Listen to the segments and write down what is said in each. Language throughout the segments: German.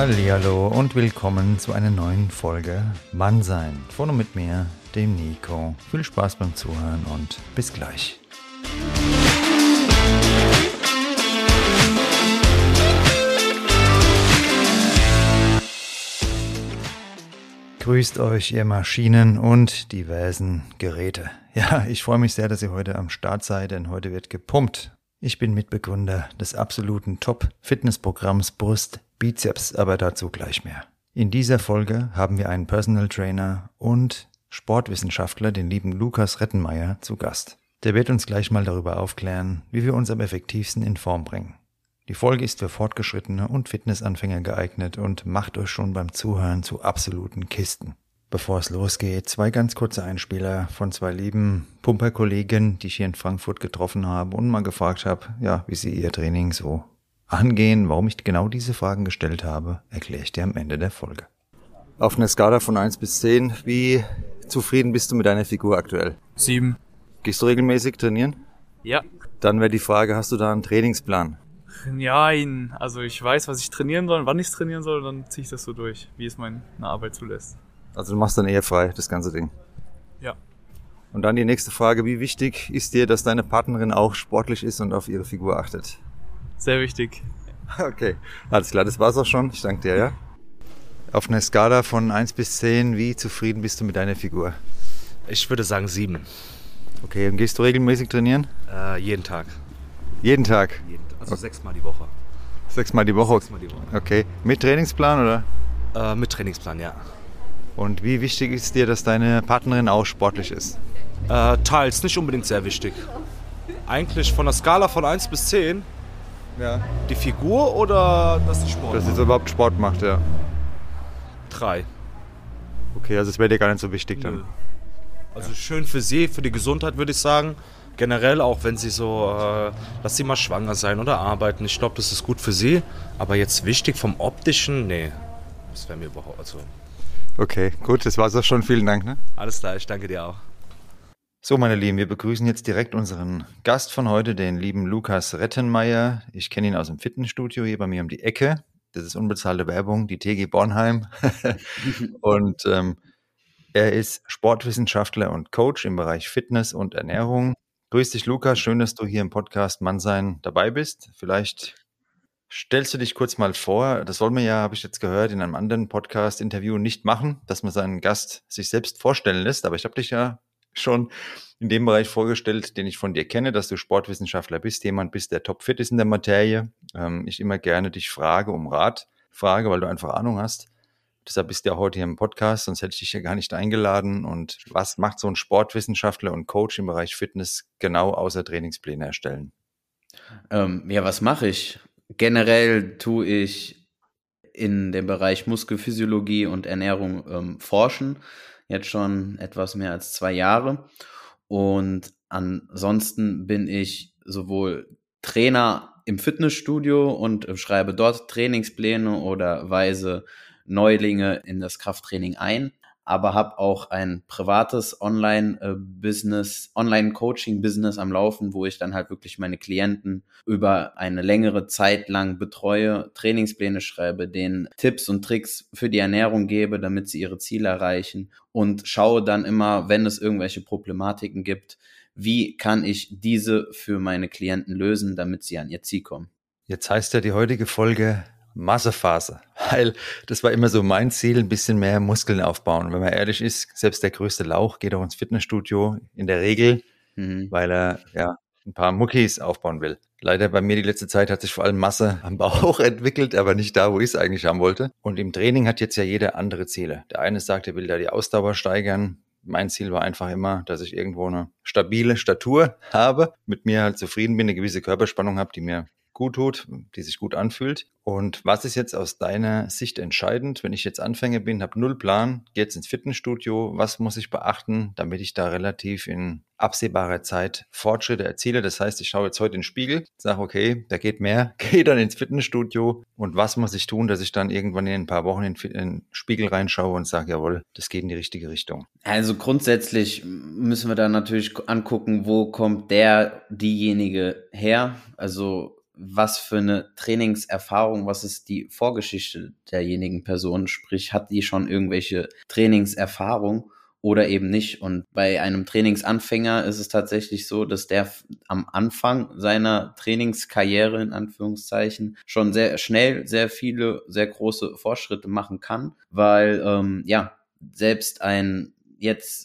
Hallihallo und willkommen zu einer neuen Folge Mannsein. Von und mit mir, dem Nico. Viel Spaß beim Zuhören und bis gleich. Grüßt euch, ihr Maschinen und diversen Geräte. Ja, ich freue mich sehr, dass ihr heute am Start seid, denn heute wird gepumpt. Ich bin Mitbegründer des absoluten Top-Fitnessprogramms Brust Bizeps, aber dazu gleich mehr. In dieser Folge haben wir einen Personal Trainer und Sportwissenschaftler, den lieben Lukas Rettenmeier, zu Gast. Der wird uns gleich mal darüber aufklären, wie wir uns am effektivsten in Form bringen. Die Folge ist für Fortgeschrittene und Fitnessanfänger geeignet und macht euch schon beim Zuhören zu absoluten Kisten. Bevor es losgeht, 2 ganz kurze Einspieler von 2 lieben Pumperkollegen, die ich hier in Frankfurt getroffen habe und mal gefragt habe, ja, wie sie ihr Training so angehen. Warum ich genau diese Fragen gestellt habe, erkläre ich dir am Ende der Folge. Auf einer Skala von 1 bis 10, wie zufrieden bist du mit deiner Figur aktuell? 7. Gehst du regelmäßig trainieren? Ja. Dann wäre die Frage, hast du da einen Trainingsplan? Nein, also ich weiß, was ich trainieren soll, wann ich es trainieren soll, dann ziehe ich das so durch, wie es meine Arbeit zulässt. Also du machst dann eher frei, das ganze Ding. Ja. Und dann die nächste Frage, wie wichtig ist dir, dass deine Partnerin auch sportlich ist und auf ihre Figur achtet? Sehr wichtig. Okay, alles klar, das war's auch schon. Ich danke dir, ja. Auf einer Skala von 1 bis 10, wie zufrieden bist du mit deiner Figur? Ich würde sagen 7. Okay, und gehst du regelmäßig trainieren? Jeden Tag. Jeden Tag? Also 6-mal die Woche. 6-mal die Woche? 6-mal die Woche. Okay, mit Trainingsplan oder? Mit Trainingsplan, ja. Und wie wichtig ist dir, dass deine Partnerin auch sportlich ist? Teils nicht unbedingt sehr wichtig. Eigentlich von der Skala von 1 bis 10, Ja. die Figur oder dass sie Sport Dass sie macht? so überhaupt Sport macht, ja. 3. Okay, also es wäre dir gar nicht so wichtig dann. Nö. Also schön für sie, für die Gesundheit würde ich sagen. Generell auch wenn sie so, dass sie mal schwanger sein oder arbeiten. Ich glaube, das ist gut für sie. Aber jetzt wichtig vom Optischen, nee. Das wäre mir überhaupt, also... Okay, gut, das war's auch schon. Vielen Dank, ne? Alles klar, ich danke dir auch. So, meine Lieben, wir begrüßen jetzt direkt unseren Gast von heute, den lieben Lukas Rettenmeier. Ich kenne ihn aus dem Fitnessstudio hier bei mir um die Ecke. Das ist unbezahlte Werbung, die TG Bornheim. Und er ist Sportwissenschaftler und Coach im Bereich Fitness und Ernährung. Grüß dich, Lukas. Schön, dass du hier im Podcast Mannsein dabei bist. Vielleicht stellst du dich kurz mal vor. Das soll man ja, habe ich jetzt gehört, in einem anderen Podcast-Interview nicht machen, dass man seinen Gast sich selbst vorstellen lässt. Aber ich habe dich ja schon in dem Bereich vorgestellt, den ich von dir kenne, dass du Sportwissenschaftler bist, jemand bist, der topfit ist in der Materie. Ich immer gerne dich frage, um Rat frage, weil du einfach Ahnung hast. Deshalb bist du ja heute hier im Podcast, sonst hätte ich dich ja gar nicht eingeladen. Und was macht so ein Sportwissenschaftler und Coach im Bereich Fitness genau außer Trainingspläne erstellen? Ja, was mache ich? Generell tue ich in dem Bereich Muskelphysiologie und Ernährung forschen, jetzt schon etwas mehr als 2 Jahre. Und ansonsten bin ich sowohl Trainer im Fitnessstudio und schreibe dort Trainingspläne oder weise Neulinge in das Krafttraining ein, aber habe auch ein privates Online-Coaching-Business am Laufen, wo ich dann halt wirklich meine Klienten über eine längere Zeit lang betreue, Trainingspläne schreibe, denen Tipps und Tricks für die Ernährung gebe, damit sie ihre Ziele erreichen und schaue dann immer, wenn es irgendwelche Problematiken gibt, wie kann ich diese für meine Klienten lösen, damit sie an ihr Ziel kommen. Jetzt heißt ja die heutige Folge Massephase, weil das war immer so mein Ziel, ein bisschen mehr Muskeln aufbauen. Und wenn man ehrlich ist, selbst der größte Lauch geht auch ins Fitnessstudio in der Regel, weil er ja ein paar Muckis aufbauen will. Leider bei mir die letzte Zeit hat sich vor allem Masse am Bauch entwickelt, aber nicht da, wo ich es eigentlich haben wollte. Und im Training hat jetzt ja jeder andere Ziele. Der eine sagt, er will da die Ausdauer steigern. Mein Ziel war einfach immer, dass ich irgendwo eine stabile Statur habe, mit mir halt zufrieden bin, eine gewisse Körperspannung habe, die mir gut tut, die sich gut anfühlt. Und was ist jetzt aus deiner Sicht entscheidend, wenn ich jetzt Anfänger bin, habe 0 Plan, gehe jetzt ins Fitnessstudio, was muss ich beachten, damit ich da relativ in absehbarer Zeit Fortschritte erziele? Das heißt, ich schaue jetzt heute in den Spiegel, sage, okay, da geht mehr, gehe dann ins Fitnessstudio und was muss ich tun, dass ich dann irgendwann in ein paar Wochen in den Spiegel reinschaue und sage, jawohl, das geht in die richtige Richtung. Also grundsätzlich müssen wir da natürlich angucken, wo kommt diejenige her. Also was für eine Trainingserfahrung, was ist die Vorgeschichte derjenigen Person, sprich, hat die schon irgendwelche Trainingserfahrung oder eben nicht. Und bei einem Trainingsanfänger ist es tatsächlich so, dass der am Anfang seiner Trainingskarriere in Anführungszeichen schon sehr schnell sehr viele, sehr große Fortschritte machen kann, weil selbst ein jetzt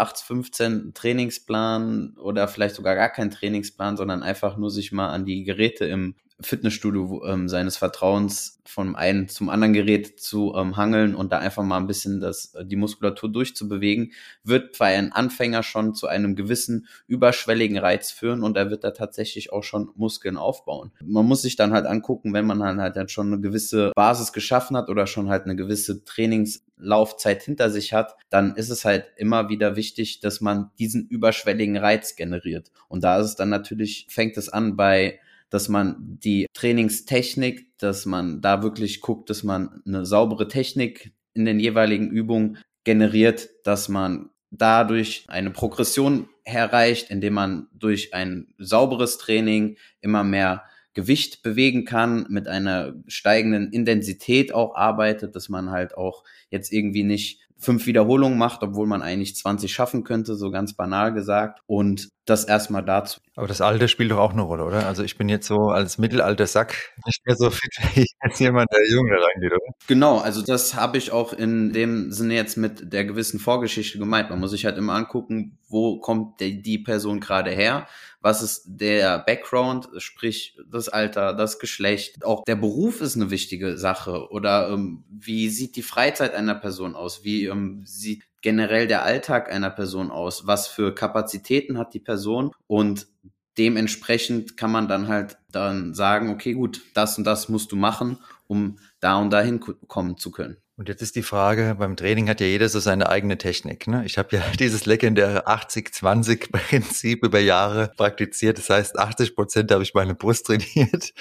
0815 Trainingsplan oder vielleicht sogar gar kein Trainingsplan, sondern einfach nur sich mal an die Geräte im Fitnessstudio seines Vertrauens vom einen zum anderen Gerät zu hangeln und da einfach mal ein bisschen die Muskulatur durchzubewegen, wird bei einem Anfänger schon zu einem gewissen überschwelligen Reiz führen und er wird da tatsächlich auch schon Muskeln aufbauen. Man muss sich dann halt angucken, wenn man halt schon eine gewisse Basis geschaffen hat oder schon halt eine gewisse Trainingslaufzeit hinter sich hat, dann ist es halt immer wieder wichtig, dass man diesen überschwelligen Reiz generiert. Und da ist es dann natürlich, fängt es an dass man die Trainingstechnik, dass man da wirklich guckt, dass man eine saubere Technik in den jeweiligen Übungen generiert, dass man dadurch eine Progression erreicht, indem man durch ein sauberes Training immer mehr Gewicht bewegen kann, mit einer steigenden Intensität auch arbeitet, dass man halt auch jetzt irgendwie nicht 5 Wiederholungen macht, obwohl man eigentlich 20 schaffen könnte, so ganz banal gesagt. Und das erstmal dazu. Aber das Alter spielt doch auch eine Rolle, oder? Also ich bin jetzt so als Mittelalter-Sack nicht mehr so fit wie jetzt jemand, der jung da reingeht, oder? Genau, also das habe ich auch in dem Sinne jetzt mit der gewissen Vorgeschichte gemeint. Man muss sich halt immer angucken, wo kommt die Person gerade her, was ist der Background, sprich das Alter, das Geschlecht. Auch der Beruf ist eine wichtige Sache. Oder wie sieht die Freizeit einer Person aus? Wie sieht generell der Alltag einer Person aus? Was für Kapazitäten hat die Person? Und dementsprechend kann man dann sagen, okay, gut, das und das musst du machen, um da und dahin kommen zu können. Und jetzt ist die Frage, beim Training hat ja jeder so seine eigene Technik, ne? Ich habe ja dieses legendäre 80-20-Prinzip über Jahre praktiziert. Das heißt, 80% habe ich meine Brust trainiert,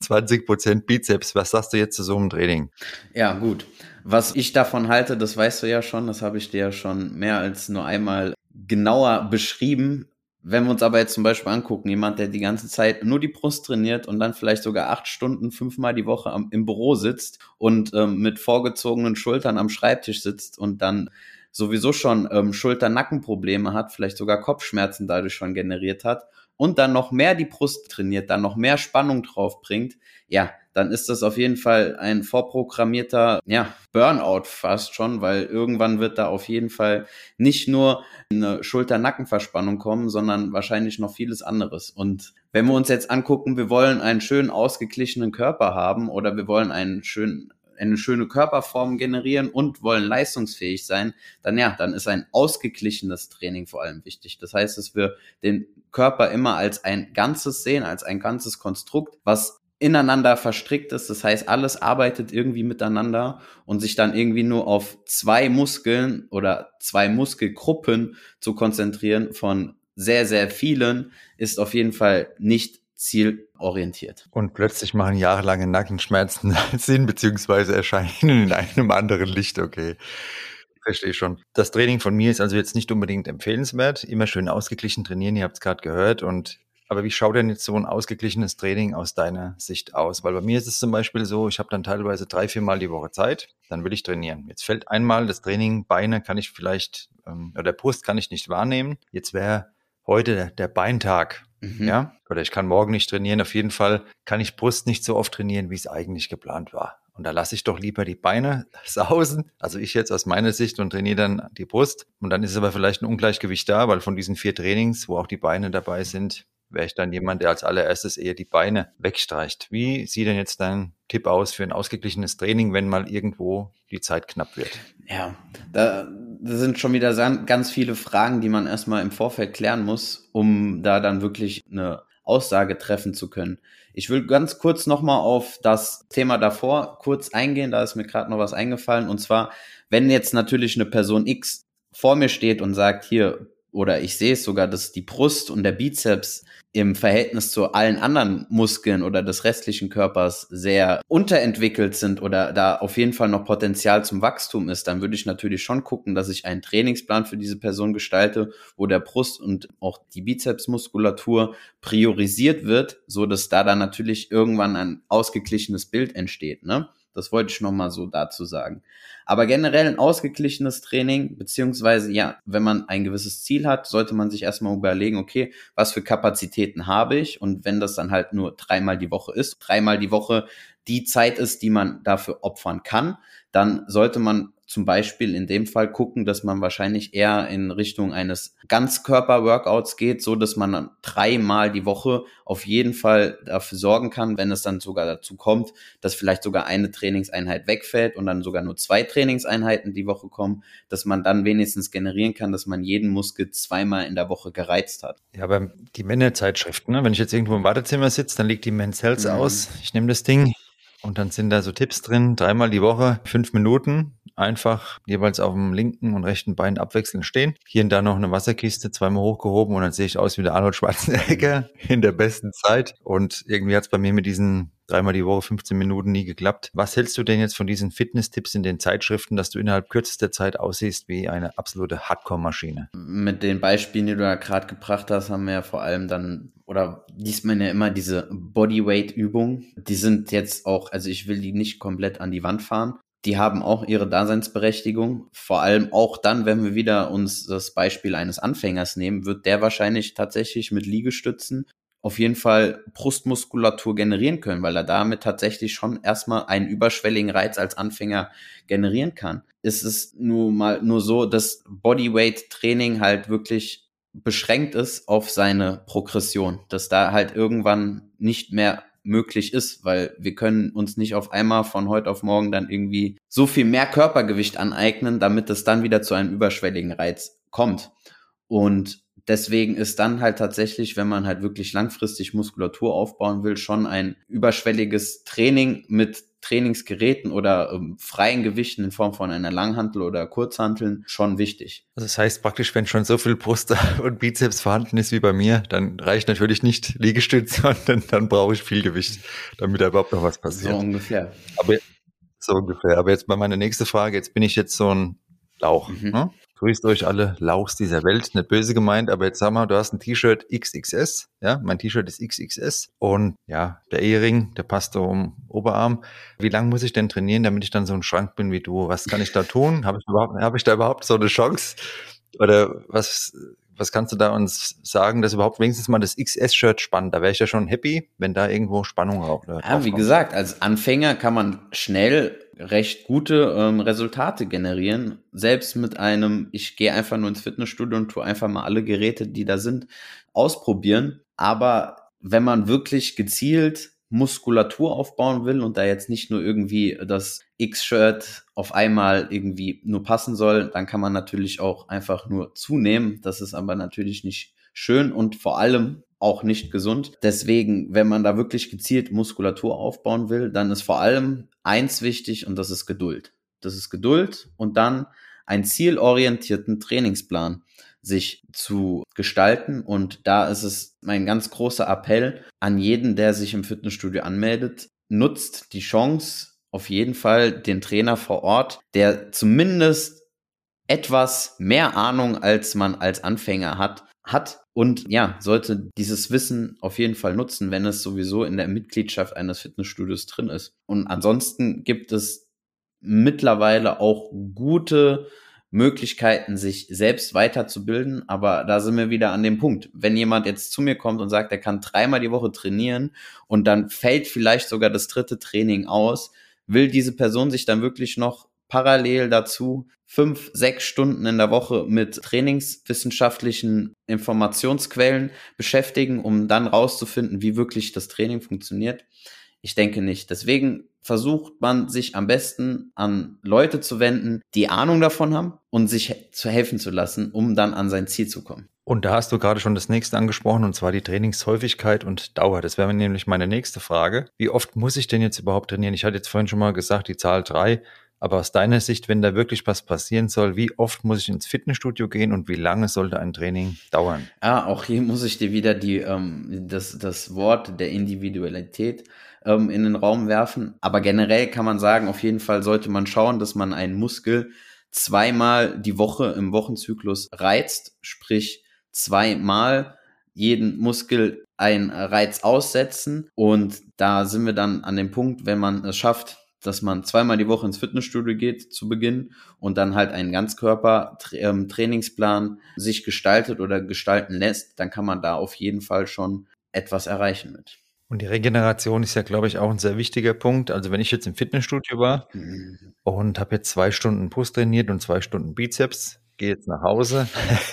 20% Bizeps. Was sagst du jetzt zu so einem Training? Ja, gut. Was ich davon halte, das weißt du ja schon, das habe ich dir ja schon mehr als nur einmal genauer beschrieben. Wenn wir uns aber jetzt zum Beispiel angucken, jemand, der die ganze Zeit nur die Brust trainiert und dann vielleicht sogar 8 Stunden 5-mal die Woche im Büro sitzt und mit vorgezogenen Schultern am Schreibtisch sitzt und dann sowieso schon Schulter-Nackenprobleme hat, vielleicht sogar Kopfschmerzen dadurch schon generiert hat und dann noch mehr die Brust trainiert, dann noch mehr Spannung drauf bringt, ja, dann ist das auf jeden Fall ein vorprogrammierter, Burnout fast schon, weil irgendwann wird da auf jeden Fall nicht nur eine Schulter-Nackenverspannung kommen, sondern wahrscheinlich noch vieles anderes. Und wenn wir uns jetzt angucken, wir wollen einen schön ausgeglichenen Körper haben oder wir wollen eine schöne Körperform generieren und wollen leistungsfähig sein, dann ist ein ausgeglichenes Training vor allem wichtig. Das heißt, dass wir den Körper immer als ein Ganzes sehen, als ein ganzes Konstrukt, was ineinander verstrickt ist. Das heißt, alles arbeitet irgendwie miteinander und sich dann irgendwie nur auf 2 Muskeln oder 2 Muskelgruppen zu konzentrieren von sehr, sehr vielen, ist auf jeden Fall nicht zielorientiert. Und plötzlich machen jahrelange Nackenschmerzen Sinn, beziehungsweise erscheinen in einem anderen Licht, okay. Verstehe schon. Das Training von mir ist also jetzt nicht unbedingt empfehlenswert. Immer schön ausgeglichen trainieren, ihr habt es gerade gehört. Aber wie schaut denn jetzt so ein ausgeglichenes Training aus deiner Sicht aus? Weil bei mir ist es zum Beispiel so, ich habe dann teilweise 3-4 Mal die Woche Zeit, dann will ich trainieren. Jetzt fällt einmal das Training, Beine kann ich vielleicht, oder Brust kann ich nicht wahrnehmen. Jetzt wäre heute der Beintag, ja? Oder ich kann morgen nicht trainieren. Auf jeden Fall kann ich Brust nicht so oft trainieren, wie es eigentlich geplant war. Und da lasse ich doch lieber die Beine sausen, also ich jetzt aus meiner Sicht, und trainiere dann die Brust. Und dann ist aber vielleicht ein Ungleichgewicht da, weil von diesen 4 Trainings, wo auch die Beine dabei sind, wäre ich dann jemand, der als allererstes eher die Beine wegstreicht. Wie sieht denn jetzt dein Tipp aus für ein ausgeglichenes Training, wenn mal irgendwo die Zeit knapp wird? Ja, da sind schon wieder ganz viele Fragen, die man erstmal im Vorfeld klären muss, um da dann wirklich eine Aussage treffen zu können. Ich will ganz kurz nochmal auf das Thema davor kurz eingehen, da ist mir gerade noch was eingefallen. Und zwar, wenn jetzt natürlich eine Person X vor mir steht und sagt, hier, oder ich sehe es sogar, dass die Brust und der Bizeps im Verhältnis zu allen anderen Muskeln oder des restlichen Körpers sehr unterentwickelt sind oder da auf jeden Fall noch Potenzial zum Wachstum ist, dann würde ich natürlich schon gucken, dass ich einen Trainingsplan für diese Person gestalte, wo der Brust und auch die Bizepsmuskulatur priorisiert wird, so dass da dann natürlich irgendwann ein ausgeglichenes Bild entsteht, ne? Das wollte ich nochmal so dazu sagen. Aber generell ein ausgeglichenes Training, beziehungsweise ja, wenn man ein gewisses Ziel hat, sollte man sich erstmal überlegen, okay, was für Kapazitäten habe ich? Und wenn das dann halt nur 3-mal die Woche ist, 3-mal die Woche die Zeit ist, die man dafür opfern kann, dann sollte man zum Beispiel in dem Fall gucken, dass man wahrscheinlich eher in Richtung eines Ganzkörper-Workouts geht, so dass man dann 3-mal die Woche auf jeden Fall dafür sorgen kann, wenn es dann sogar dazu kommt, dass vielleicht sogar eine Trainingseinheit wegfällt und dann sogar nur 2 Trainingseinheiten die Woche kommen, dass man dann wenigstens generieren kann, dass man jeden Muskel 2-mal in der Woche gereizt hat. Ja, aber die Männerzeitschriften, ne? Wenn ich jetzt irgendwo im Wartezimmer sitze, dann liegt die Men's Health aus. Ich nehme das Ding und dann sind da so Tipps drin, 3-mal die Woche, 5 Minuten, einfach jeweils auf dem linken und rechten Bein abwechselnd stehen. Hier und da noch eine Wasserkiste, 2-mal hochgehoben und dann sehe ich aus wie der Arnold Schwarzenegger in der besten Zeit. Und irgendwie hat es bei mir mit diesen 3-mal die Woche, 15 Minuten nie geklappt. Was hältst du denn jetzt von diesen Fitness-Tipps in den Zeitschriften, dass du innerhalb kürzester Zeit aussiehst wie eine absolute Hardcore-Maschine? Mit den Beispielen, die du da gerade gebracht hast, haben wir ja vor allem dann, oder liest man ja immer diese Bodyweight-Übungen. Die sind jetzt auch, also ich will die nicht komplett an die Wand fahren. Die haben auch ihre Daseinsberechtigung. Vor allem auch dann, wenn wir wieder uns das Beispiel eines Anfängers nehmen, wird der wahrscheinlich tatsächlich mit Liegestützen auf jeden Fall Brustmuskulatur generieren können, weil er damit tatsächlich schon erstmal einen überschwelligen Reiz als Anfänger generieren kann. Ist es nur so, dass Bodyweight-Training halt wirklich beschränkt ist auf seine Progression, dass da halt irgendwann nicht mehr möglich ist, weil wir können uns nicht auf einmal von heute auf morgen dann irgendwie so viel mehr Körpergewicht aneignen, damit es dann wieder zu einem überschwelligen Reiz kommt. Und deswegen ist dann halt tatsächlich, wenn man halt wirklich langfristig Muskulatur aufbauen will, schon ein überschwelliges Training mit Trainingsgeräten oder freien Gewichten in Form von einer Langhantel oder Kurzhanteln schon wichtig. Also das heißt praktisch, wenn schon so viel Brust und Bizeps vorhanden ist wie bei mir, dann reicht natürlich nicht Liegestütze, sondern dann brauche ich viel Gewicht, damit da überhaupt noch was passiert. So ungefähr. Aber jetzt mal meine nächste Frage, jetzt bin ich jetzt so ein Lauch. Ne? Grüßt euch alle Lauchs dieser Welt, nicht böse gemeint, aber jetzt sag mal, du hast ein T-Shirt XXS, ja, mein T-Shirt ist XXS und ja, der Ehering, der passt so um Oberarm. Wie lange muss ich denn trainieren, damit ich dann so ein Schrank bin wie du? Was kann ich da tun? Habe ich da überhaupt so eine Chance? Oder was kannst du da uns sagen, dass überhaupt wenigstens mal das XS-Shirt spannt? Da wäre ich ja schon happy, wenn da irgendwo Spannung drauf kommt. Ja, wie gesagt, als Anfänger kann man schnell recht gute Resultate generieren. Selbst mit ich gehe einfach nur ins Fitnessstudio und tue einfach mal alle Geräte, die da sind, ausprobieren. Aber wenn man wirklich gezielt Muskulatur aufbauen will und da jetzt nicht nur irgendwie das X-Shirt auf einmal irgendwie nur passen soll, dann kann man natürlich auch einfach nur zunehmen. Das ist aber natürlich nicht schön und vor allem auch nicht gesund. Deswegen, wenn man da wirklich gezielt Muskulatur aufbauen will, dann ist vor allem eins wichtig und das ist Geduld. Das ist Geduld und dann einen zielorientierten Trainingsplan sich zu gestalten. Und da ist es mein ganz großer Appell an jeden, der sich im Fitnessstudio anmeldet, nutzt die Chance, auf jeden Fall den Trainer vor Ort, der zumindest etwas mehr Ahnung als man als Anfänger hat und ja, sollte dieses Wissen auf jeden Fall nutzen, wenn es sowieso in der Mitgliedschaft eines Fitnessstudios drin ist. Und ansonsten gibt es mittlerweile auch gute Möglichkeiten, sich selbst weiterzubilden, aber da sind wir wieder an dem Punkt. Wenn jemand jetzt zu mir kommt und sagt, er kann 3-mal die Woche trainieren und dann fällt vielleicht sogar das 3. Training aus, will diese Person sich dann wirklich noch parallel dazu 5-6 Stunden in der Woche mit trainingswissenschaftlichen Informationsquellen beschäftigen, um dann rauszufinden, wie wirklich das Training funktioniert? Ich denke nicht. Deswegen versucht man sich am besten an Leute zu wenden, die Ahnung davon haben und sich zu helfen zu lassen, um dann an sein Ziel zu kommen. Und da hast du gerade schon das nächste angesprochen, und zwar die Trainingshäufigkeit und Dauer. Das wäre nämlich meine nächste Frage. Wie oft muss ich denn jetzt überhaupt trainieren? Ich hatte jetzt vorhin schon mal gesagt, die Zahl 3. Aber aus deiner Sicht, wenn da wirklich was passieren soll, wie oft muss ich ins Fitnessstudio gehen und wie lange sollte ein Training dauern? Auch hier muss ich dir wieder das Wort der Individualität in den Raum werfen. Aber generell kann man sagen, auf jeden Fall sollte man schauen, dass man einen Muskel zweimal die Woche im Wochenzyklus reizt, sprich zweimal jeden Muskel einen Reiz aussetzen. Und da sind wir dann an dem Punkt, wenn man es schafft, dass man zweimal die Woche ins Fitnessstudio geht zu Beginn und dann halt einen Ganzkörper-Trainingsplan sich gestaltet oder gestalten lässt, dann kann man da auf jeden Fall schon etwas erreichen mit. Und die Regeneration ist ja, glaube ich, auch ein sehr wichtiger Punkt. Also wenn ich jetzt im Fitnessstudio war und habe jetzt 2 Stunden Brust trainiert und 2 Stunden Bizeps, gehe jetzt nach Hause.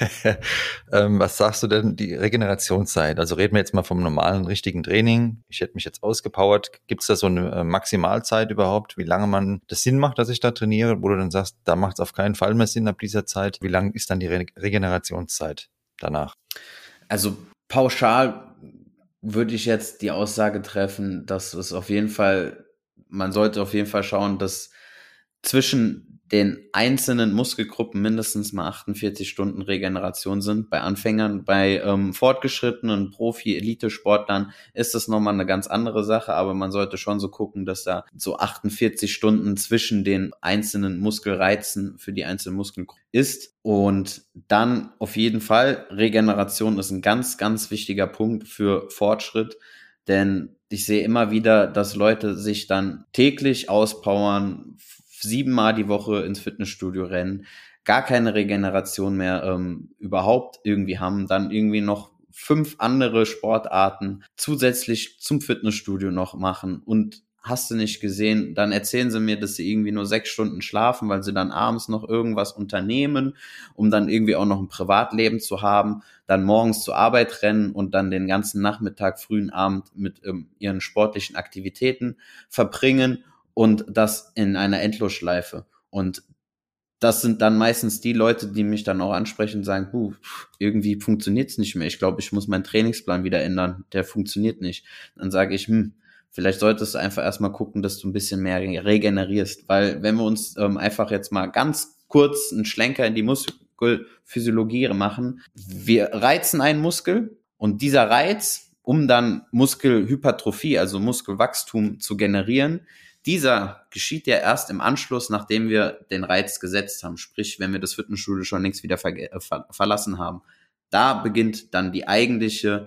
Was sagst du denn, die Regenerationszeit? Also reden wir jetzt mal vom normalen, richtigen Training. Ich hätte mich jetzt ausgepowert. Gibt es da so eine Maximalzeit überhaupt, wie lange das Sinn macht, dass ich da trainiere? Wo du dann sagst, da macht es auf keinen Fall mehr Sinn ab dieser Zeit. Wie lang ist dann die Regenerationszeit danach? Also pauschal würde ich jetzt die Aussage treffen, dass es auf jeden Fall, man sollte auf jeden Fall schauen, dass zwischen den einzelnen Muskelgruppen mindestens mal 48 Stunden Regeneration sind. Bei Anfängern, bei fortgeschrittenen Profi-Elite-Sportlern ist das nochmal eine ganz andere Sache, aber man sollte schon so gucken, dass da so 48 Stunden zwischen den einzelnen Muskelreizen für die einzelnen Muskelgruppen ist. Und dann auf jeden Fall, Regeneration ist ein ganz, ganz wichtiger Punkt für Fortschritt, denn ich sehe immer wieder, dass Leute sich dann täglich auspowern, 7-mal die Woche ins Fitnessstudio rennen, gar keine Regeneration mehr überhaupt irgendwie haben, dann irgendwie noch 5 andere Sportarten zusätzlich zum Fitnessstudio noch machen und hast du nicht gesehen, dann erzählen sie mir, dass sie irgendwie nur 6 Stunden schlafen, weil sie dann abends noch irgendwas unternehmen, um dann irgendwie auch noch ein Privatleben zu haben, dann morgens zur Arbeit rennen und dann den ganzen Nachmittag, frühen Abend mit ihren sportlichen Aktivitäten verbringen und das in einer Endlosschleife. Und das sind dann meistens die Leute, die mich dann auch ansprechen und sagen, irgendwie funktioniert's nicht mehr. Ich glaube, ich muss meinen Trainingsplan wieder ändern. Der funktioniert nicht. Dann sage ich, vielleicht solltest du einfach erstmal gucken, dass du ein bisschen mehr regenerierst. Weil wenn wir uns einfach jetzt mal ganz kurz einen Schlenker in die Muskelphysiologie machen, wir reizen einen Muskel und dieser Reiz, um dann Muskelhypertrophie, also Muskelwachstum zu generieren, dieser geschieht ja erst im Anschluss, nachdem wir den Reiz gesetzt haben. Sprich, wenn wir das Fitnessstudio schon längst wieder verlassen haben. Da beginnt dann der eigentliche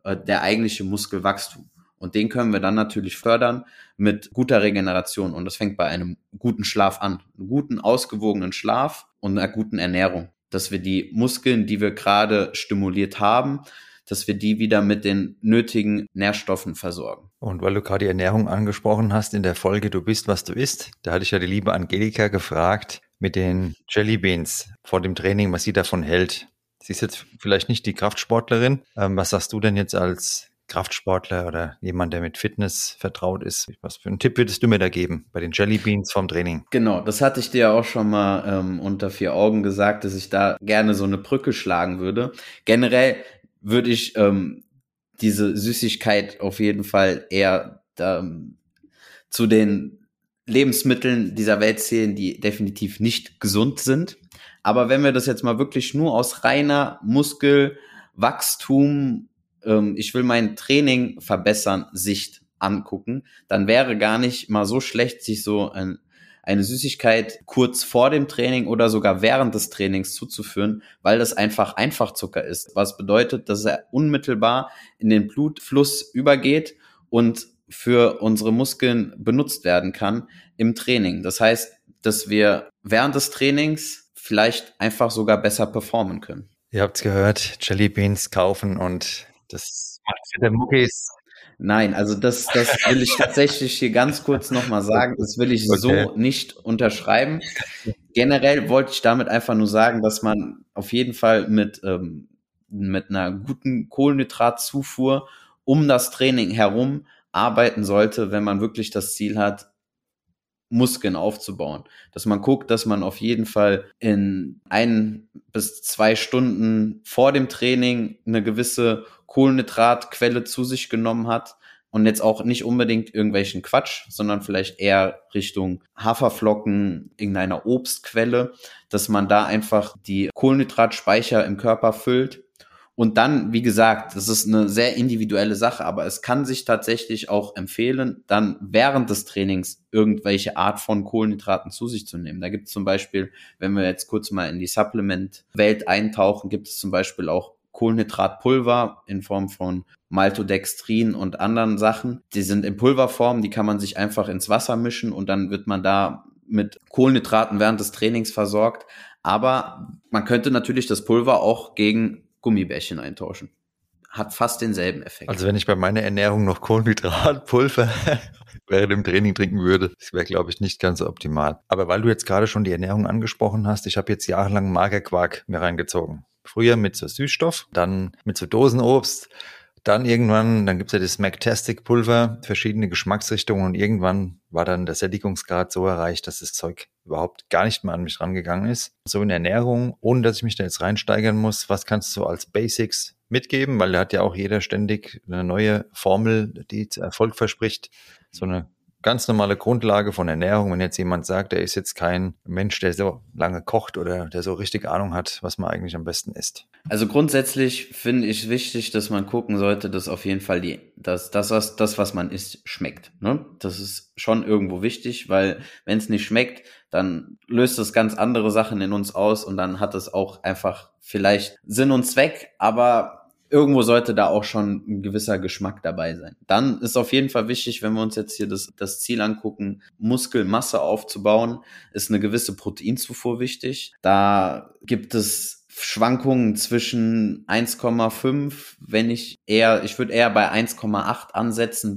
Muskelwachstum. Und den können wir dann natürlich fördern mit guter Regeneration. Und das fängt bei einem guten Schlaf an. Einen guten, ausgewogenen Schlaf und einer guten Ernährung. Dass wir die Muskeln, die wir gerade stimuliert haben, dass wir die wieder mit den nötigen Nährstoffen versorgen. Und weil du gerade die Ernährung angesprochen hast in der Folge Du bist, was du isst, da hatte ich ja die liebe Angelika gefragt mit den Jellybeans vor dem Training, was sie davon hält. Sie ist jetzt vielleicht nicht die Kraftsportlerin. Was sagst du denn jetzt als Kraftsportler oder jemand, der mit Fitness vertraut ist? Was für einen Tipp würdest du mir da geben bei den Jellybeans vorm Training? Genau, das hatte ich dir auch schon mal unter 4 Augen gesagt, dass ich da gerne so eine Brücke schlagen würde. Generell würde ich diese Süßigkeit auf jeden Fall eher zu den Lebensmitteln dieser Welt zählen, die definitiv nicht gesund sind. Aber wenn wir das jetzt mal wirklich nur aus reiner Muskelwachstum, ich will mein Training verbessern, Sicht angucken, dann wäre gar nicht mal so schlecht, sich so eine Süßigkeit kurz vor dem Training oder sogar während des Trainings zuzuführen, weil das einfach Einfachzucker ist. Was bedeutet, dass er unmittelbar in den Blutfluss übergeht und für unsere Muskeln benutzt werden kann im Training. Das heißt, dass wir während des Trainings vielleicht einfach sogar besser performen können. Ihr habt's gehört, Jellybeans kaufen und das macht für der Muckis. Nein, also das will ich tatsächlich hier ganz kurz nochmal sagen. Das will ich so nicht unterschreiben. Generell wollte ich damit einfach nur sagen, dass man auf jeden Fall mit einer guten Kohlenhydratzufuhr um das Training herum arbeiten sollte, wenn man wirklich das Ziel hat, Muskeln aufzubauen. Dass man guckt, dass man auf jeden Fall in 1 bis 2 Stunden vor dem Training eine gewisse Kohlenhydratquelle zu sich genommen hat, und jetzt auch nicht unbedingt irgendwelchen Quatsch, sondern vielleicht eher Richtung Haferflocken, irgendeiner Obstquelle, dass man da einfach die Kohlenhydratspeicher im Körper füllt. Und dann, wie gesagt, das ist eine sehr individuelle Sache, aber es kann sich tatsächlich auch empfehlen, dann während des Trainings irgendwelche Art von Kohlenhydraten zu sich zu nehmen. Da gibt es zum Beispiel, wenn wir jetzt kurz mal in die Supplement-Welt eintauchen, gibt es zum Beispiel auch Kohlenhydratpulver in Form von Maltodextrin und anderen Sachen. Die sind in Pulverform, die kann man sich einfach ins Wasser mischen und dann wird man da mit Kohlenhydraten während des Trainings versorgt. Aber man könnte natürlich das Pulver auch gegen Gummibärchen eintauschen. Hat fast denselben Effekt. Also wenn ich bei meiner Ernährung noch Kohlenhydratpulver während dem Training trinken würde, das wäre, glaube ich, nicht ganz so optimal. Aber weil du jetzt gerade schon die Ernährung angesprochen hast, ich habe jetzt jahrelang Magerquark mir reingezogen. Früher mit so Süßstoff, dann mit so Dosenobst, dann irgendwann, dann gibt's ja das Mactastic-Pulver, verschiedene Geschmacksrichtungen und irgendwann war dann der Sättigungsgrad so erreicht, dass das Zeug überhaupt gar nicht mehr an mich rangegangen ist. So in der Ernährung, ohne dass ich mich da jetzt reinsteigern muss, was kannst du als Basics mitgeben? Weil da hat ja auch jeder ständig eine neue Formel, die Erfolg verspricht. So eine ganz normale Grundlage von Ernährung, wenn jetzt jemand sagt, er ist jetzt kein Mensch, der so lange kocht oder der so richtig Ahnung hat, was man eigentlich am besten isst. Also grundsätzlich finde ich wichtig, dass man gucken sollte, dass auf jeden Fall was man isst, schmeckt. Ne? Das ist schon irgendwo wichtig, weil wenn es nicht schmeckt, dann löst es ganz andere Sachen in uns aus und dann hat es auch einfach vielleicht Sinn und Zweck, aber irgendwo sollte da auch schon ein gewisser Geschmack dabei sein. Dann ist auf jeden Fall wichtig, wenn wir uns jetzt hier das Ziel angucken, Muskelmasse aufzubauen, ist eine gewisse Proteinzufuhr wichtig. Da gibt es Schwankungen zwischen 1,5, ich würde eher bei 1,8 ansetzen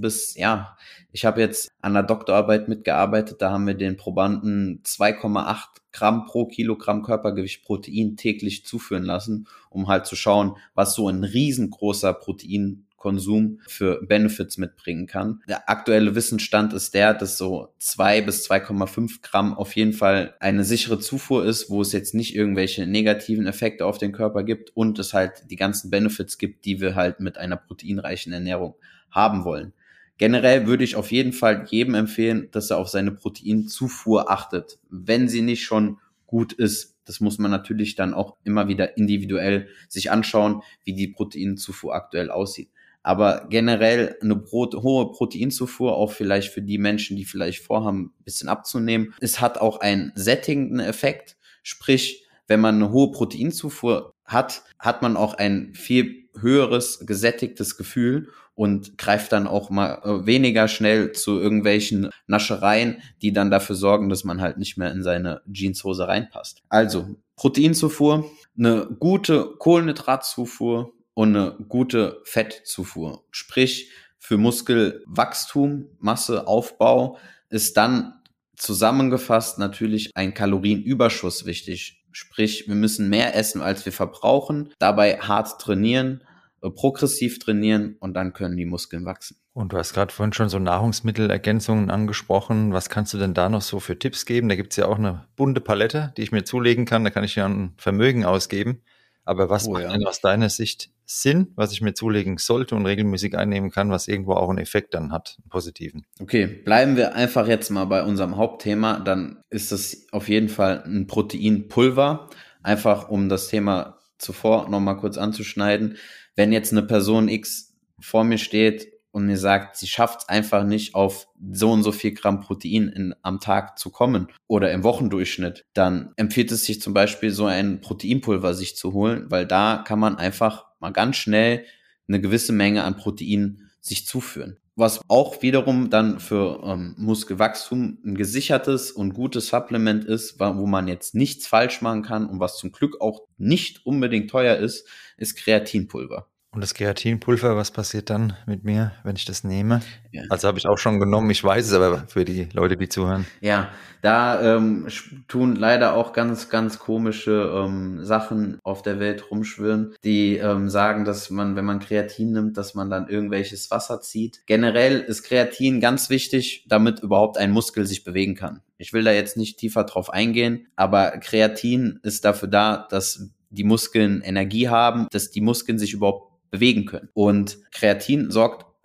ich habe jetzt an der Doktorarbeit mitgearbeitet, da haben wir den Probanden 2,8 Gramm pro Kilogramm Körpergewicht Protein täglich zuführen lassen, um halt zu schauen, was so ein riesengroßer Proteinkonsum für Benefits mitbringen kann. Der aktuelle Wissensstand ist dass so 2 bis 2,5 Gramm auf jeden Fall eine sichere Zufuhr ist, wo es jetzt nicht irgendwelche negativen Effekte auf den Körper gibt und es halt die ganzen Benefits gibt, die wir halt mit einer proteinreichen Ernährung haben wollen. Generell würde ich auf jeden Fall jedem empfehlen, dass er auf seine Proteinzufuhr achtet, wenn sie nicht schon gut ist. Das muss man natürlich dann auch immer wieder individuell sich anschauen, wie die Proteinzufuhr aktuell aussieht. Aber generell eine hohe Proteinzufuhr, auch vielleicht für die Menschen, die vielleicht vorhaben, ein bisschen abzunehmen. Es hat auch einen sättigenden Effekt, sprich, wenn man eine hohe Proteinzufuhr hat, hat man auch ein viel höheres gesättigtes Gefühl und greift dann auch mal weniger schnell zu irgendwelchen Naschereien, die dann dafür sorgen, dass man halt nicht mehr in seine Jeanshose reinpasst. Also Proteinzufuhr, eine gute Kohlenhydratzufuhr und eine gute Fettzufuhr. Sprich, für Muskelwachstum, Masseaufbau ist dann zusammengefasst natürlich ein Kalorienüberschuss wichtig. Sprich, wir müssen mehr essen, als wir verbrauchen, dabei hart trainieren, progressiv trainieren und dann können die Muskeln wachsen. Und du hast gerade vorhin schon so Nahrungsmittelergänzungen angesprochen. Was kannst du denn da noch so für Tipps geben? Da gibt es ja auch eine bunte Palette, die ich mir zulegen kann. Da kann ich ja ein Vermögen ausgeben. Aber was macht denn aus deiner Sicht Sinn, was ich mir zulegen sollte und regelmäßig einnehmen kann, was irgendwo auch einen Effekt dann hat, einen positiven? Okay, bleiben wir einfach jetzt mal bei unserem Hauptthema. Dann ist es auf jeden Fall ein Proteinpulver. Einfach um das Thema zuvor nochmal kurz anzuschneiden. Wenn jetzt eine Person X vor mir steht und mir sagt, sie schafft es einfach nicht, auf so und so viel Gramm Protein am Tag zu kommen oder im Wochendurchschnitt, dann empfiehlt es sich zum Beispiel, so ein Proteinpulver sich zu holen, weil da kann man einfach mal ganz schnell eine gewisse Menge an Protein sich zuführen. Was auch wiederum dann für Muskelwachstum ein gesichertes und gutes Supplement ist, wo man jetzt nichts falsch machen kann und was zum Glück auch nicht unbedingt teuer ist Kreatinpulver. Und das Kreatinpulver, was passiert dann mit mir, wenn ich das nehme? Ja. Also habe ich auch schon genommen, ich weiß es aber für die Leute, die zuhören. Ja, da tun leider auch ganz, ganz komische Sachen auf der Welt rumschwirren, die sagen, dass man, wenn man Kreatin nimmt, dass man dann irgendwelches Wasser zieht. Generell ist Kreatin ganz wichtig, damit überhaupt ein Muskel sich bewegen kann. Ich will da jetzt nicht tiefer drauf eingehen, aber Kreatin ist dafür da, dass die Muskeln Energie haben, dass die Muskeln sich überhaupt bewegen können. Und Kreatin sorgt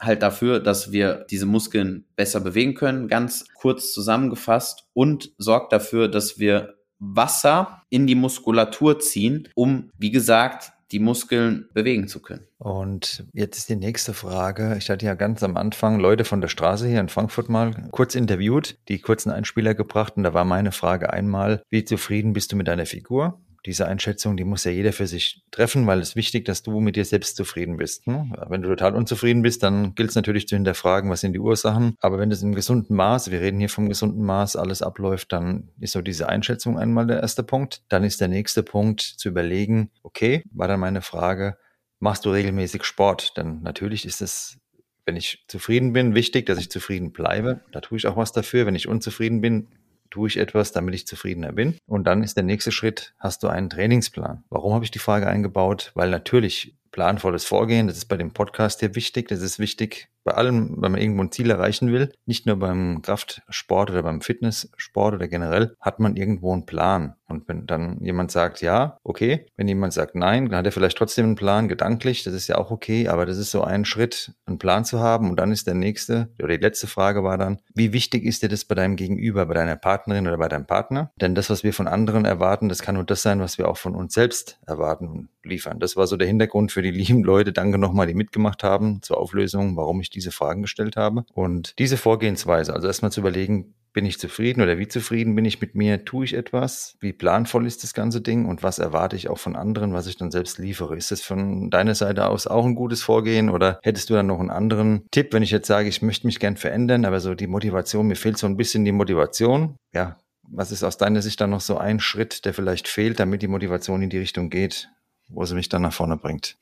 halt dafür, dass wir diese Muskeln besser bewegen können, ganz kurz zusammengefasst, und sorgt dafür, dass wir Wasser in die Muskulatur ziehen, um, wie gesagt, die Muskeln bewegen zu können. Und jetzt ist die nächste Frage. Ich hatte ja ganz am Anfang Leute von der Straße hier in Frankfurt mal kurz interviewt, die kurzen Einspieler gebracht. Und da war meine Frage einmal: Wie zufrieden bist du mit deiner Figur? Diese Einschätzung, die muss ja jeder für sich treffen, weil es ist wichtig, dass du mit dir selbst zufrieden bist. Wenn du total unzufrieden bist, dann gilt es natürlich zu hinterfragen, was sind die Ursachen. Aber wenn das im gesunden Maß, wir reden hier vom gesunden Maß, alles abläuft, dann ist so diese Einschätzung einmal der erste Punkt. Dann ist der nächste Punkt zu überlegen, okay, war dann meine Frage, machst du regelmäßig Sport? Denn natürlich ist es, wenn ich zufrieden bin, wichtig, dass ich zufrieden bleibe. Da tue ich auch was dafür. Wenn ich unzufrieden bin, tue ich etwas, damit ich zufriedener bin. Und dann ist der nächste Schritt, hast du einen Trainingsplan? Warum habe ich die Frage eingebaut? Weil natürlich planvolles Vorgehen, das ist bei dem Podcast hier wichtig. Das ist wichtig bei allem, wenn man irgendwo ein Ziel erreichen will. Nicht nur beim Kraftsport oder beim Fitnesssport oder generell, hat man irgendwo einen Plan. Und wenn dann jemand sagt, ja, okay. Wenn jemand sagt, nein, dann hat er vielleicht trotzdem einen Plan, gedanklich. Das ist ja auch okay. Aber das ist so ein Schritt, einen Plan zu haben. Und dann ist der nächste, oder die letzte Frage war dann, wie wichtig ist dir das bei deinem Gegenüber, bei deiner Partnerin oder bei deinem Partner? Denn das, was wir von anderen erwarten, das kann nur das sein, was wir auch von uns selbst erwarten und liefern. Das war so der Hintergrund für die lieben Leute. Danke nochmal, die mitgemacht haben zur Auflösung, warum ich diese Fragen gestellt habe. Und diese Vorgehensweise, also erstmal zu überlegen, bin ich zufrieden oder wie zufrieden bin ich mit mir? Tue ich etwas? Wie planvoll ist das ganze Ding? Und was erwarte ich auch von anderen, was ich dann selbst liefere? Ist das von deiner Seite aus auch ein gutes Vorgehen oder hättest du dann noch einen anderen Tipp, wenn ich jetzt sage, ich möchte mich gern verändern, aber so die Motivation, mir fehlt so ein bisschen die Motivation? Ja, was ist aus deiner Sicht dann noch so ein Schritt, der vielleicht fehlt, damit die Motivation in die Richtung geht, wo sie mich dann nach vorne bringt?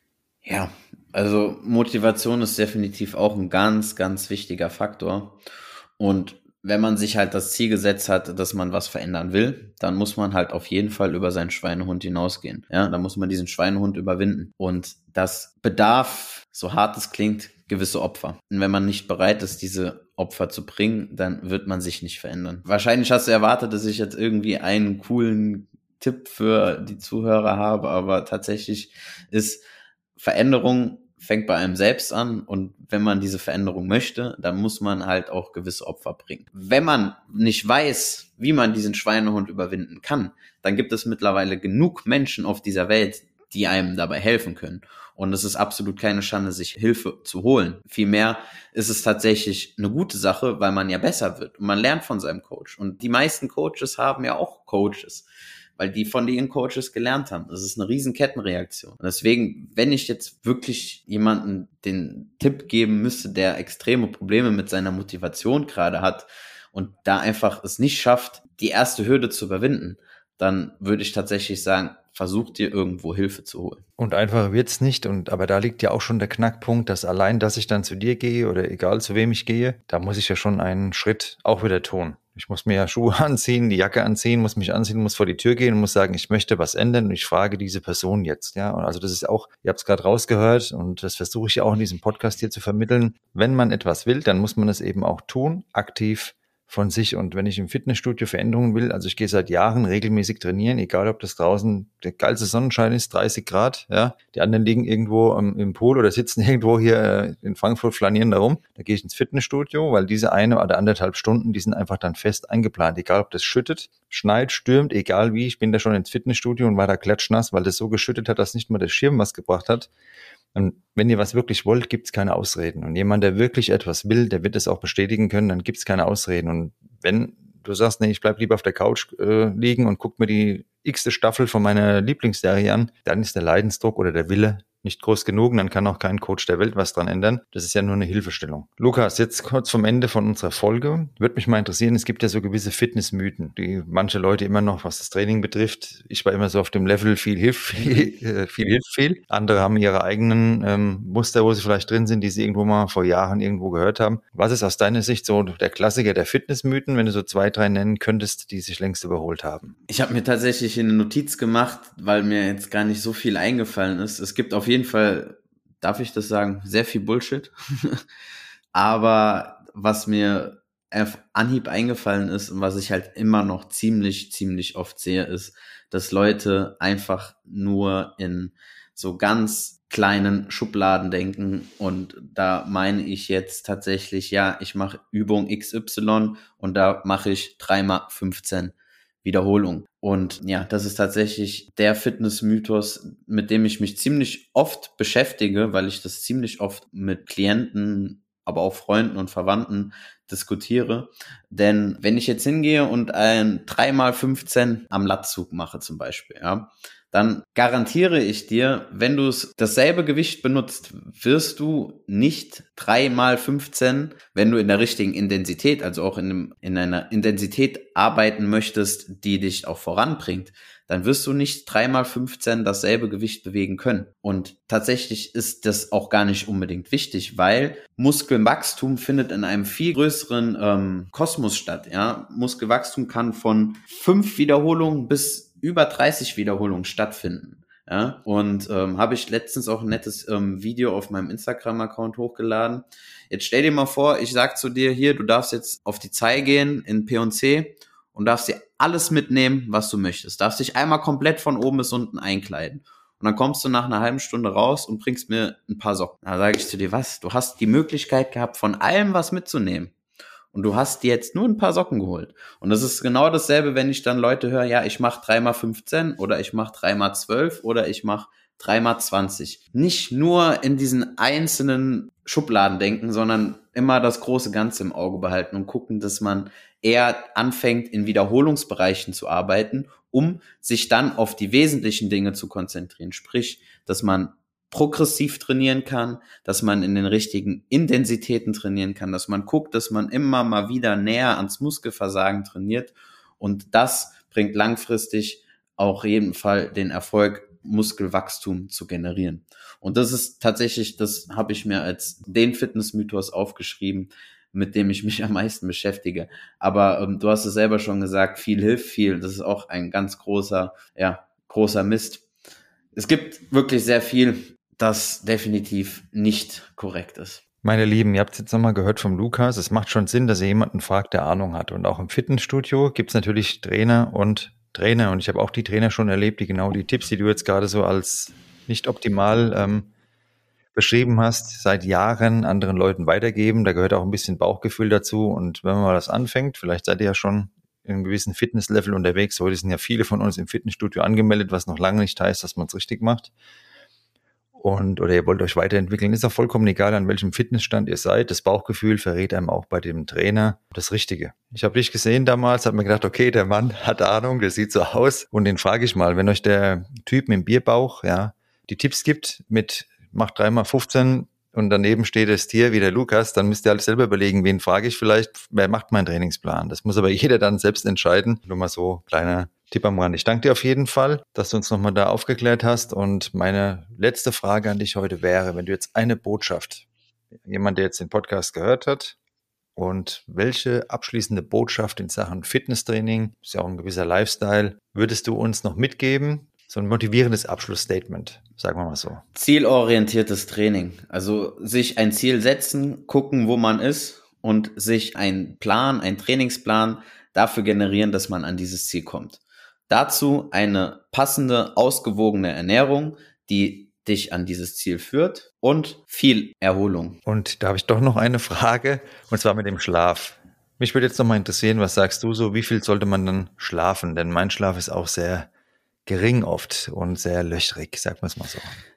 Ja, also Motivation ist definitiv auch ein ganz, ganz wichtiger Faktor. Und wenn man sich halt das Ziel gesetzt hat, dass man was verändern will, dann muss man halt auf jeden Fall über seinen Schweinehund hinausgehen. Ja, dann muss man diesen Schweinehund überwinden. Und das bedarf, so hart es klingt, gewisse Opfer. Und wenn man nicht bereit ist, diese Opfer zu bringen, dann wird man sich nicht verändern. Wahrscheinlich hast du erwartet, dass ich jetzt irgendwie einen coolen Tipp für die Zuhörer habe, aber tatsächlich ist Veränderung fängt bei einem selbst an, und wenn man diese Veränderung möchte, dann muss man halt auch gewisse Opfer bringen. Wenn man nicht weiß, wie man diesen Schweinehund überwinden kann, dann gibt es mittlerweile genug Menschen auf dieser Welt, die einem dabei helfen können. Und es ist absolut keine Schande, sich Hilfe zu holen. Vielmehr ist es tatsächlich eine gute Sache, weil man ja besser wird und man lernt von seinem Coach. Und die meisten Coaches haben ja auch Coaches, weil die von den Coaches gelernt haben. Das ist eine riesen Kettenreaktion. Und deswegen, wenn ich jetzt wirklich jemanden den Tipp geben müsste, der extreme Probleme mit seiner Motivation gerade hat und da einfach es nicht schafft, die erste Hürde zu überwinden, dann würde ich tatsächlich sagen, versuch dir irgendwo Hilfe zu holen. Und einfacher wird's nicht. Aber da liegt ja auch schon der Knackpunkt, dass allein, dass ich dann zu dir gehe oder egal zu wem ich gehe, da muss ich ja schon einen Schritt auch wieder tun. Ich muss mir ja Schuhe anziehen, die Jacke anziehen, muss mich anziehen, muss vor die Tür gehen und muss sagen, ich möchte was ändern und ich frage diese Person jetzt. Ja, und also das ist auch, ihr habt es gerade rausgehört und das versuche ich ja auch in diesem Podcast hier zu vermitteln. Wenn man etwas will, dann muss man es eben auch tun, aktiv von sich. Und wenn ich im Fitnessstudio Veränderungen will, also ich gehe seit Jahren regelmäßig trainieren, egal ob das draußen der geilste Sonnenschein ist, 30 Grad, ja. Die anderen liegen irgendwo im Pool oder sitzen irgendwo hier in Frankfurt, flanieren da rum. Da gehe ich ins Fitnessstudio, weil diese 1 oder 1,5 Stunden, die sind einfach dann fest eingeplant. Egal ob das schüttet, schneit, stürmt, egal wie. Ich bin da schon ins Fitnessstudio und war da klatschnass, weil das so geschüttet hat, dass nicht mal der Schirm was gebracht hat. Und wenn ihr was wirklich wollt, gibt es keine Ausreden. Und jemand, der wirklich etwas will, der wird es auch bestätigen können, dann gibt es keine Ausreden. Und wenn du sagst, nee, ich bleib lieber auf der Couch liegen und guck mir die x-te Staffel von meiner Lieblingsserie an, dann ist der Leidensdruck oder der Wille nicht groß genug, dann kann auch kein Coach der Welt was dran ändern. Das ist ja nur eine Hilfestellung. Lukas, jetzt kurz vom Ende von unserer Folge. Würde mich mal interessieren, es gibt ja so gewisse Fitnessmythen, die manche Leute immer noch, was das Training betrifft. Ich war immer so auf dem Level, viel hilft viel. Andere haben ihre eigenen Muster, wo sie vielleicht drin sind, die sie irgendwo mal vor Jahren irgendwo gehört haben. Was ist aus deiner Sicht so der Klassiker der Fitnessmythen, wenn du so 2, 3 nennen könntest, die sich längst überholt haben? Ich habe mir tatsächlich eine Notiz gemacht, weil mir jetzt gar nicht so viel eingefallen ist. Es gibt auf jeden Fall, darf ich das sagen, sehr viel Bullshit. Aber was mir auf Anhieb eingefallen ist und was ich halt immer noch ziemlich oft sehe, ist, dass Leute einfach nur in so ganz kleinen Schubladen denken, und da meine ich jetzt tatsächlich, ja, ich mache Übung XY und da mache ich 3x15 Wiederholungen. Und ja, das ist tatsächlich der Fitnessmythos, mit dem ich mich ziemlich oft beschäftige, weil ich das ziemlich oft mit Klienten, aber auch Freunden und Verwandten diskutiere. Denn wenn ich jetzt hingehe und ein 3x15 am Lattzug mache zum Beispiel, ja, dann garantiere ich dir, wenn du dasselbe Gewicht benutzt, wirst du nicht 3x15, wenn du in der richtigen Intensität, also auch in einer Intensität arbeiten möchtest, die dich auch voranbringt, dann wirst du nicht 3x15 dasselbe Gewicht bewegen können. Und tatsächlich ist das auch gar nicht unbedingt wichtig, weil Muskelwachstum findet in einem viel größeren Kosmos statt. Ja? Muskelwachstum kann von 5 Wiederholungen bis über 30 Wiederholungen stattfinden. Ja? Und habe ich letztens auch ein nettes Video auf meinem Instagram-Account hochgeladen. Jetzt stell dir mal vor, ich sag zu dir hier, du darfst jetzt auf die Zeil gehen in P&C und darfst dir alles mitnehmen, was du möchtest. Darfst dich einmal komplett von oben bis unten einkleiden. Und dann kommst du nach einer halben Stunde raus und bringst mir ein paar Socken. Da sage ich zu dir, was? Du hast die Möglichkeit gehabt, von allem was mitzunehmen. Und du hast dir jetzt nur ein paar Socken geholt. Und das ist genau dasselbe, wenn ich dann Leute höre, ja, ich mache 3x15 oder ich mache 3x12 oder ich mache 3x20. Nicht nur in diesen einzelnen Schubladen denken, sondern immer das große Ganze im Auge behalten und gucken, dass man eher anfängt, in Wiederholungsbereichen zu arbeiten, um sich dann auf die wesentlichen Dinge zu konzentrieren. Sprich, dass man progressiv trainieren kann, dass man in den richtigen Intensitäten trainieren kann, dass man guckt, dass man immer mal wieder näher ans Muskelversagen trainiert, und das bringt langfristig auch jeden Fall den Erfolg, Muskelwachstum zu generieren. Und das ist tatsächlich, das habe ich mir als den Fitnessmythos aufgeschrieben, mit dem ich mich am meisten beschäftige. Aber du hast es selber schon gesagt, viel hilft viel. Das ist auch ein ganz großer Mist. Es gibt wirklich sehr viel, das definitiv nicht korrekt ist. Meine Lieben, ihr habt es jetzt nochmal gehört vom Lukas. Es macht schon Sinn, dass ihr jemanden fragt, der Ahnung hat. Und auch im Fitnessstudio gibt es natürlich Trainer. Und ich habe auch die Trainer schon erlebt, die genau die Tipps, die du jetzt gerade so als nicht optimal beschrieben hast, seit Jahren anderen Leuten weitergeben. Da gehört auch ein bisschen Bauchgefühl dazu. Und wenn man mal das anfängt, vielleicht seid ihr ja schon in einem gewissen Fitnesslevel unterwegs. Heute sind ja viele von uns im Fitnessstudio angemeldet, was noch lange nicht heißt, dass man es richtig macht. Oder ihr wollt euch weiterentwickeln, ist auch vollkommen egal, an welchem Fitnessstand ihr seid. Das Bauchgefühl verrät einem auch bei dem Trainer das Richtige. Ich habe dich gesehen damals, habe mir gedacht, okay, der Mann hat Ahnung, der sieht so aus. Und den frage ich mal, wenn euch der Typ mit dem Bierbauch die Tipps gibt mit macht 3x15 und daneben steht das Tier wie der Lukas, dann müsst ihr alles selber überlegen, wen frage ich vielleicht, wer macht meinen Trainingsplan. Das muss aber jeder dann selbst entscheiden. Nur mal so kleiner Tipp am Rand. Ich danke dir auf jeden Fall, dass du uns nochmal da aufgeklärt hast. Und meine letzte Frage an dich heute wäre, wenn du jetzt eine Botschaft, jemand, der jetzt den Podcast gehört hat, und welche abschließende Botschaft in Sachen Fitnesstraining, ist ja auch ein gewisser Lifestyle, würdest du uns noch mitgeben? So ein motivierendes Abschlussstatement, sagen wir mal so. Zielorientiertes Training. Also sich ein Ziel setzen, gucken, wo man ist und sich einen Trainingsplan dafür generieren, dass man an dieses Ziel kommt. Dazu eine passende, ausgewogene Ernährung, die dich an dieses Ziel führt, und viel Erholung. Und da habe ich doch noch eine Frage, und zwar mit dem Schlaf. Mich würde jetzt noch mal interessieren, was sagst du so, wie viel sollte man dann schlafen? Denn mein Schlaf ist auch sehr gering oft und sehr löchrig, sagen wir es mal so.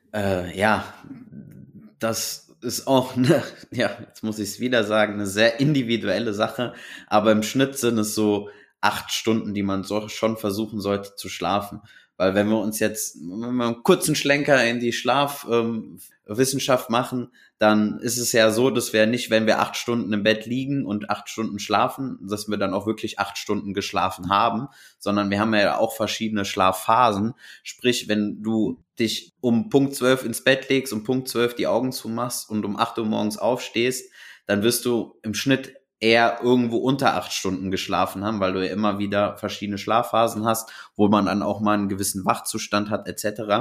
Das ist auch jetzt muss ich es wieder sagen, eine sehr individuelle Sache, aber im Schnitt sind es so 8 Stunden, die man schon versuchen sollte zu schlafen. Weil wenn wir einen kurzen Schlenker in die Schlafwissenschaft machen, dann ist es ja so, dass wir nicht, wenn wir 8 Stunden im Bett liegen und 8 Stunden schlafen, dass wir dann auch wirklich 8 Stunden geschlafen haben, sondern wir haben ja auch verschiedene Schlafphasen. Sprich, wenn du dich um Punkt 12 ins Bett legst, um Punkt 12 die Augen zumachst und um 8 Uhr morgens aufstehst, dann wirst du im Schnitt eher irgendwo unter 8 Stunden geschlafen haben, weil du ja immer wieder verschiedene Schlafphasen hast, wo man dann auch mal einen gewissen Wachzustand hat etc.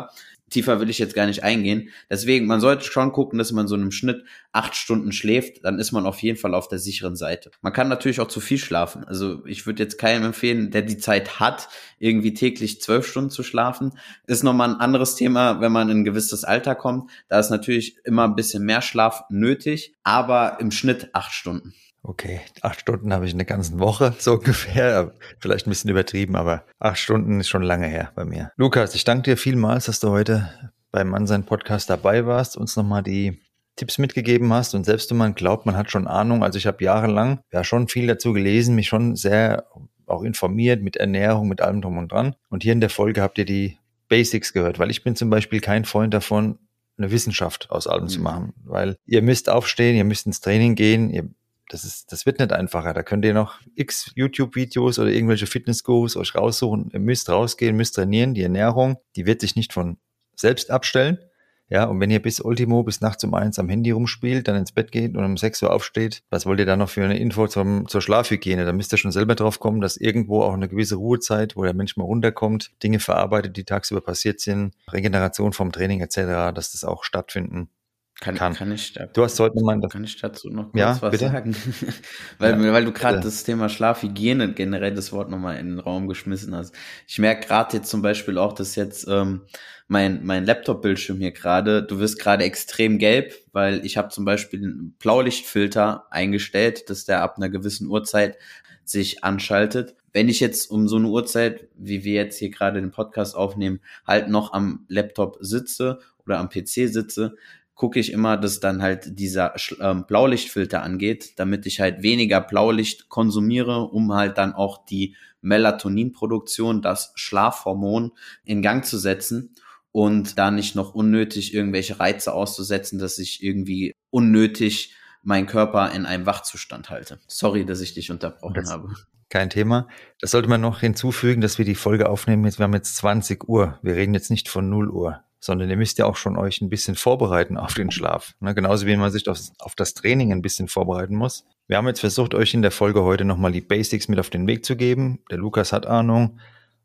tiefer will ich jetzt gar nicht eingehen. Deswegen, man sollte schon gucken, dass man so im Schnitt 8 Stunden schläft, dann ist man auf jeden Fall auf der sicheren Seite. Man kann natürlich auch zu viel schlafen. Also ich würde jetzt keinem empfehlen, der die Zeit hat, irgendwie täglich 12 Stunden zu schlafen. Ist nochmal ein anderes Thema, wenn man in ein gewisses Alter kommt. Da ist natürlich immer ein bisschen mehr Schlaf nötig, aber im Schnitt 8 Stunden. Okay, 8 Stunden habe ich in der ganzen Woche, so ungefähr. Vielleicht ein bisschen übertrieben, aber 8 Stunden ist schon lange her bei mir. Lukas, ich danke dir vielmals, dass du heute beim Mannsein-Podcast dabei warst, uns nochmal die Tipps mitgegeben hast und selbst wenn man glaubt, man hat schon Ahnung, also ich habe jahrelang ja schon viel dazu gelesen, mich schon sehr auch informiert mit Ernährung, mit allem drum und dran. Und hier in der Folge habt ihr die Basics gehört, weil ich bin zum Beispiel kein Freund davon, eine Wissenschaft aus allem zu machen, weil ihr müsst aufstehen, ihr müsst ins Training gehen, das wird nicht einfacher. Da könnt ihr noch x YouTube-Videos oder irgendwelche Fitness-Gurus euch raussuchen. Ihr müsst rausgehen, müsst trainieren. Die Ernährung, die wird sich nicht von selbst abstellen. Ja, und wenn ihr bis nachts um 1 am Handy rumspielt, dann ins Bett geht und um 6 Uhr aufsteht, was wollt ihr da noch für eine Info zur Schlafhygiene? Da müsst ihr schon selber drauf kommen, dass irgendwo auch eine gewisse Ruhezeit, wo der Mensch mal runterkommt, Dinge verarbeitet, die tagsüber passiert sind, Regeneration vom Training etc., dass das auch stattfinden kann. Du hast heute mal kann ich dazu noch kurz was sagen? weil du gerade das Thema Schlafhygiene generell das Wort nochmal in den Raum geschmissen hast. Ich merke gerade jetzt zum Beispiel auch, dass jetzt mein Laptop-Bildschirm hier gerade, du wirst gerade extrem gelb, weil ich habe zum Beispiel einen Blaulichtfilter eingestellt, dass der ab einer gewissen Uhrzeit sich anschaltet. Wenn ich jetzt um so eine Uhrzeit, wie wir jetzt hier gerade den Podcast aufnehmen, halt noch am Laptop sitze oder am PC sitze, gucke ich immer, dass dann halt dieser Blaulichtfilter angeht, damit ich halt weniger Blaulicht konsumiere, um halt dann auch die Melatoninproduktion, das Schlafhormon, in Gang zu setzen und da nicht noch unnötig irgendwelche Reize auszusetzen, dass ich irgendwie unnötig meinen Körper in einem Wachzustand halte. Sorry, dass ich dich unterbrochen habe. Kein Thema. Das sollte man noch hinzufügen, dass wir die Folge aufnehmen. Wir haben jetzt 20 Uhr. Wir reden jetzt nicht von 0 Uhr. Sondern ihr müsst ja auch schon euch ein bisschen vorbereiten auf den Schlaf. Ne? Genauso wie man sich auf das Training ein bisschen vorbereiten muss. Wir haben jetzt versucht, euch in der Folge heute nochmal die Basics mit auf den Weg zu geben. Der Lukas hat Ahnung.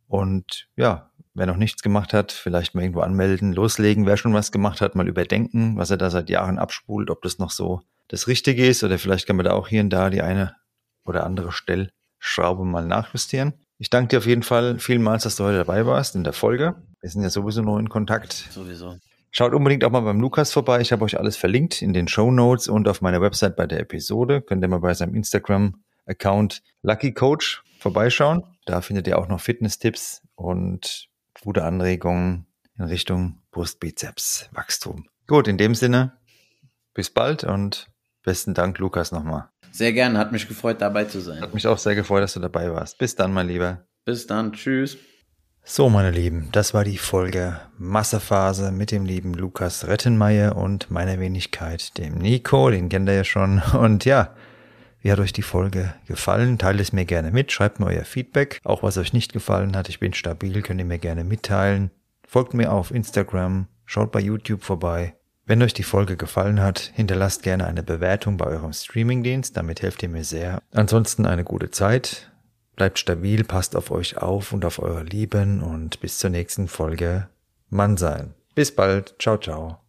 Und ja, wer noch nichts gemacht hat, vielleicht mal irgendwo anmelden, loslegen. Wer schon was gemacht hat, mal überdenken, was er da seit Jahren abspult, ob das noch so das Richtige ist. Oder vielleicht kann man da auch hier und da die eine oder andere Stellschraube mal nachjustieren. Ich danke dir auf jeden Fall vielmals, dass du heute dabei warst in der Folge. Wir sind ja sowieso noch in Kontakt. Sowieso. Schaut unbedingt auch mal beim Lukas vorbei. Ich habe euch alles verlinkt in den Shownotes und auf meiner Website bei der Episode. Könnt ihr mal bei seinem Instagram-Account Lucky Coach vorbeischauen. Da findet ihr auch noch Fitness-Tipps und gute Anregungen in Richtung Brustbizeps-Wachstum. Gut, in dem Sinne, bis bald und besten Dank, Lukas, nochmal. Sehr gerne, hat mich gefreut, dabei zu sein. Hat mich auch sehr gefreut, dass du dabei warst. Bis dann, mein Lieber. Bis dann, tschüss. So, meine Lieben, das war die Folge Massephase mit dem lieben Lukas Rettenmeier und meiner Wenigkeit, dem Nico, den kennt ihr ja schon. Und ja, wie hat euch die Folge gefallen? Teilt es mir gerne mit, schreibt mir euer Feedback. Auch was euch nicht gefallen hat, ich bin stabil, könnt ihr mir gerne mitteilen. Folgt mir auf Instagram, schaut bei YouTube vorbei. Wenn euch die Folge gefallen hat, hinterlasst gerne eine Bewertung bei eurem Streamingdienst, damit helft ihr mir sehr. Ansonsten eine gute Zeit, bleibt stabil, passt auf euch auf und auf eure Lieben und bis zur nächsten Folge Mannsein. Bis bald, ciao, ciao.